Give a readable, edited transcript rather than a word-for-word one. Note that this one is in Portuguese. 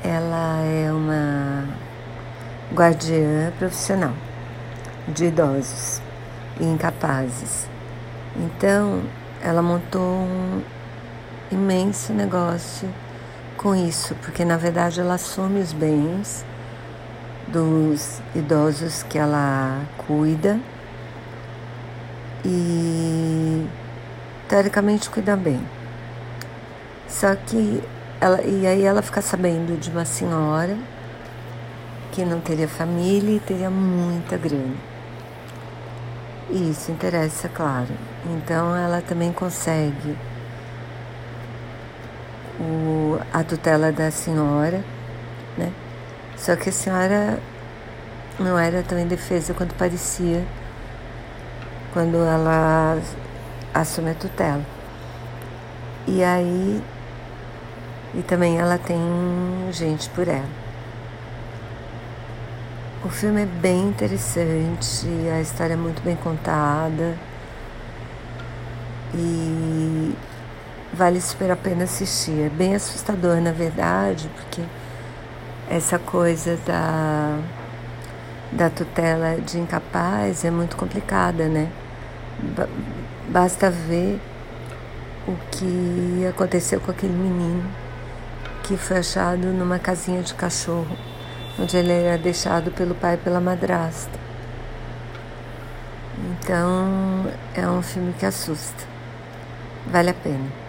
ela é uma guardiã profissional de idosos e incapazes. Então, ela montou um imenso negócio com isso, porque na verdade ela assume os bens dos idosos que ela cuida e teoricamente cuida bem. Só que aí ela fica sabendo de uma senhora que não teria família e teria muita grana. E isso interessa, claro. Então ela também consegue a tutela da senhora, né? Só que a senhora não era tão indefesa quanto parecia quando ela assume a tutela. E também ela tem gente por ela. O filme é bem interessante, a história é muito bem contada e vale super a pena assistir. É bem assustador, na verdade, porque essa coisa da tutela de incapaz é muito complicada, né? Basta ver o que aconteceu com aquele menino que foi achado numa casinha de cachorro, onde ele era deixado pelo pai e pela madrasta. Então, é um filme que assusta. Vale a pena.